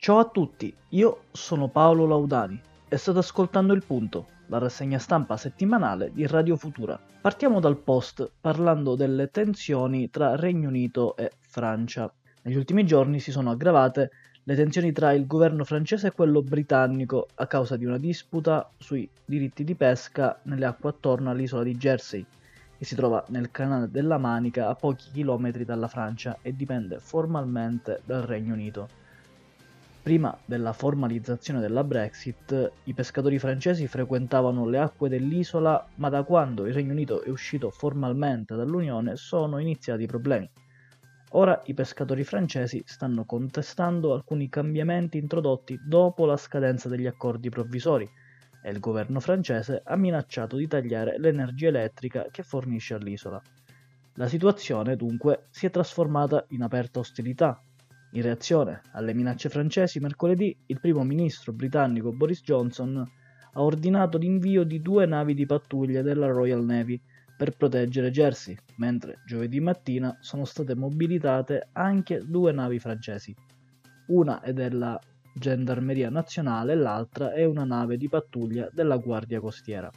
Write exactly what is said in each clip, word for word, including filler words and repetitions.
Ciao a tutti, io sono Paolo Laudani e state ascoltando Il Punto, la rassegna stampa settimanale di Radio Futura. Partiamo dal post parlando delle tensioni tra Regno Unito e Francia. Negli ultimi giorni si sono aggravate le tensioni tra il governo francese e quello britannico a causa di una disputa sui diritti di pesca nelle acque attorno all'isola di Jersey, che si trova nel canale della Manica a pochi chilometri dalla Francia e dipende formalmente dal Regno Unito. Prima della formalizzazione della Brexit, i pescatori francesi frequentavano le acque dell'isola, ma da quando il Regno Unito è uscito formalmente dall'Unione sono iniziati i problemi. Ora i pescatori francesi stanno contestando alcuni cambiamenti introdotti dopo la scadenza degli accordi provvisori e il governo francese ha minacciato di tagliare l'energia elettrica che fornisce all'isola. La situazione dunque si è trasformata in aperta ostilità. In reazione alle minacce francesi, mercoledì il primo ministro britannico Boris Johnson ha ordinato l'invio di due navi di pattuglia della Royal Navy per proteggere Jersey, mentre giovedì mattina sono state mobilitate anche due navi francesi. Una è della Gendarmeria Nazionale e l'altra è una nave di pattuglia della Guardia Costiera.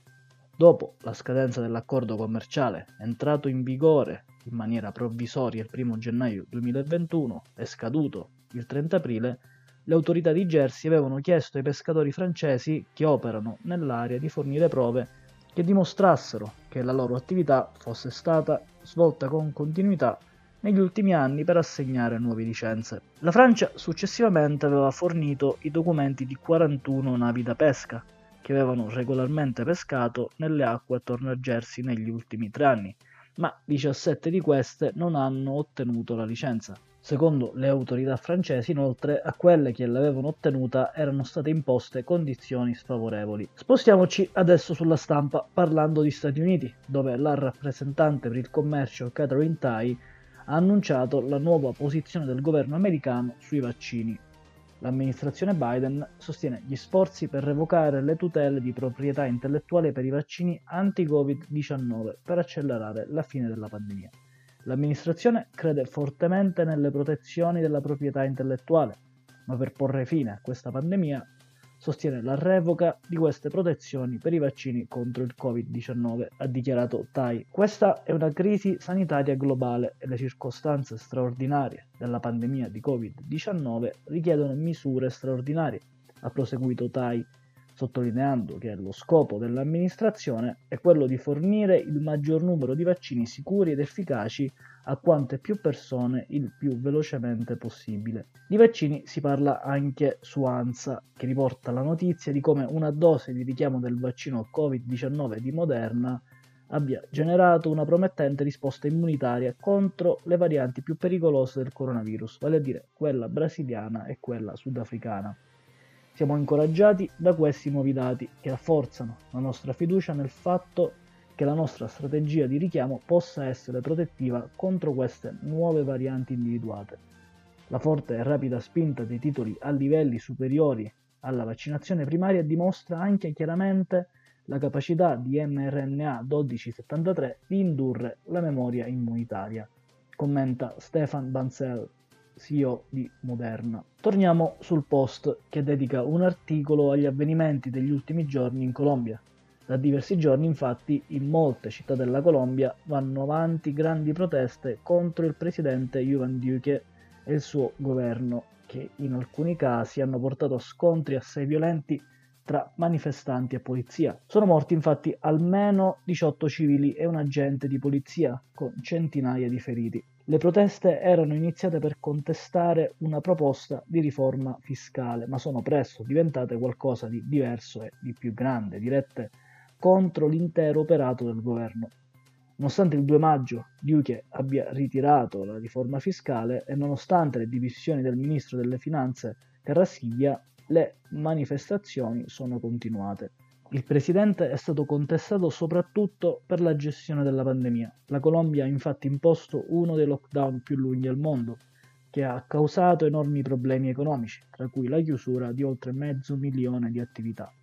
Dopo la scadenza dell'accordo commerciale entrato in vigore in maniera provvisoria il primo gennaio duemilaventuno e scaduto il trenta aprile, le autorità di Jersey avevano chiesto ai pescatori francesi che operano nell'area di fornire prove che dimostrassero che la loro attività fosse stata svolta con continuità negli ultimi anni per assegnare nuove licenze. La Francia successivamente aveva fornito i documenti di quarantuno navi da pesca che avevano regolarmente pescato nelle acque attorno a Jersey negli ultimi tre anni, ma diciassette di queste non hanno ottenuto la licenza. Secondo le autorità francesi, inoltre, a quelle che l'avevano ottenuta erano state imposte condizioni sfavorevoli. Spostiamoci adesso sulla stampa parlando di Stati Uniti, dove la rappresentante per il commercio Katherine Tai ha annunciato la nuova posizione del governo americano sui vaccini. L'amministrazione Biden sostiene gli sforzi per revocare le tutele di proprietà intellettuale per i vaccini anti-covid diciannove per accelerare la fine della pandemia. L'amministrazione crede fortemente nelle protezioni della proprietà intellettuale, ma per porre fine a questa pandemia sostiene la revoca di queste protezioni per i vaccini contro il covid diciannove, ha dichiarato Tai. Questa è una crisi sanitaria globale e le circostanze straordinarie della pandemia di covid diciannove richiedono misure straordinarie, ha proseguito Tai, sottolineando che lo scopo dell'amministrazione è quello di fornire il maggior numero di vaccini sicuri ed efficaci a quante più persone il più velocemente possibile. Di vaccini si parla anche su ANSA, che riporta la notizia di come una dose di richiamo del vaccino covid diciannove di Moderna abbia generato una promettente risposta immunitaria contro le varianti più pericolose del coronavirus, vale a dire quella brasiliana e quella sudafricana. Siamo incoraggiati da questi nuovi dati che rafforzano la nostra fiducia nel fatto che la nostra strategia di richiamo possa essere protettiva contro queste nuove varianti individuate. La forte e rapida spinta dei titoli a livelli superiori alla vaccinazione primaria dimostra anche chiaramente la capacità di mRNA dodici settantatré di indurre la memoria immunitaria, commenta Stefan Bancel, C E O di Moderna. Torniamo sul post che dedica un articolo agli avvenimenti degli ultimi giorni in Colombia. Da diversi giorni, infatti, in molte città della Colombia vanno avanti grandi proteste contro il presidente Iván Duque e il suo governo, che in alcuni casi hanno portato a scontri assai violenti tra manifestanti e polizia. Sono morti infatti almeno diciotto civili e un agente di polizia, con centinaia di feriti. Le proteste erano iniziate per contestare una proposta di riforma fiscale, ma sono presto diventate qualcosa di diverso e di più grande, dirette contro l'intero operato del governo. Nonostante il due maggio Duque abbia ritirato la riforma fiscale e nonostante le dimissioni del ministro delle finanze Carrasquilla, le manifestazioni sono continuate. Il presidente è stato contestato soprattutto per la gestione della pandemia. La Colombia ha infatti imposto uno dei lockdown più lunghi al mondo, che ha causato enormi problemi economici, tra cui la chiusura di oltre mezzo milione di attività.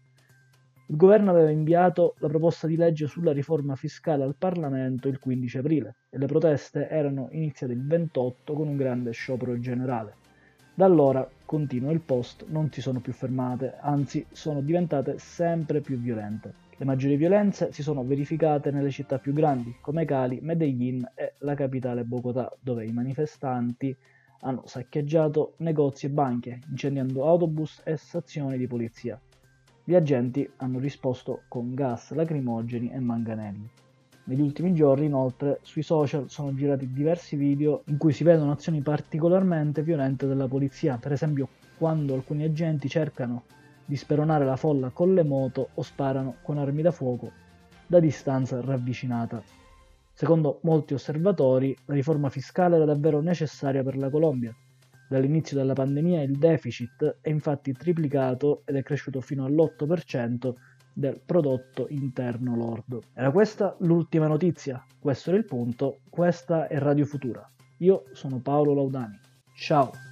Il governo aveva inviato la proposta di legge sulla riforma fiscale al Parlamento il quindici aprile e le proteste erano iniziate il ventotto con un grande sciopero generale. Da allora, continua il post, non si sono più fermate, anzi sono diventate sempre più violente. Le maggiori violenze si sono verificate nelle città più grandi, come Cali, Medellin e la capitale Bogotà, dove i manifestanti hanno saccheggiato negozi e banche, incendiando autobus e stazioni di polizia. Gli agenti hanno risposto con gas lacrimogeni e manganelli. Negli ultimi giorni, inoltre, sui social sono girati diversi video in cui si vedono azioni particolarmente violente della polizia, per esempio quando alcuni agenti cercano di speronare la folla con le moto o sparano con armi da fuoco da distanza ravvicinata. Secondo molti osservatori, la riforma fiscale era davvero necessaria per la Colombia. Dall'inizio della pandemia il deficit è infatti triplicato ed è cresciuto fino all'otto per cento del prodotto interno lordo. Era questa l'ultima notizia, questo era il punto, questa è Radio Futura. Io sono Paolo Laudani. Ciao!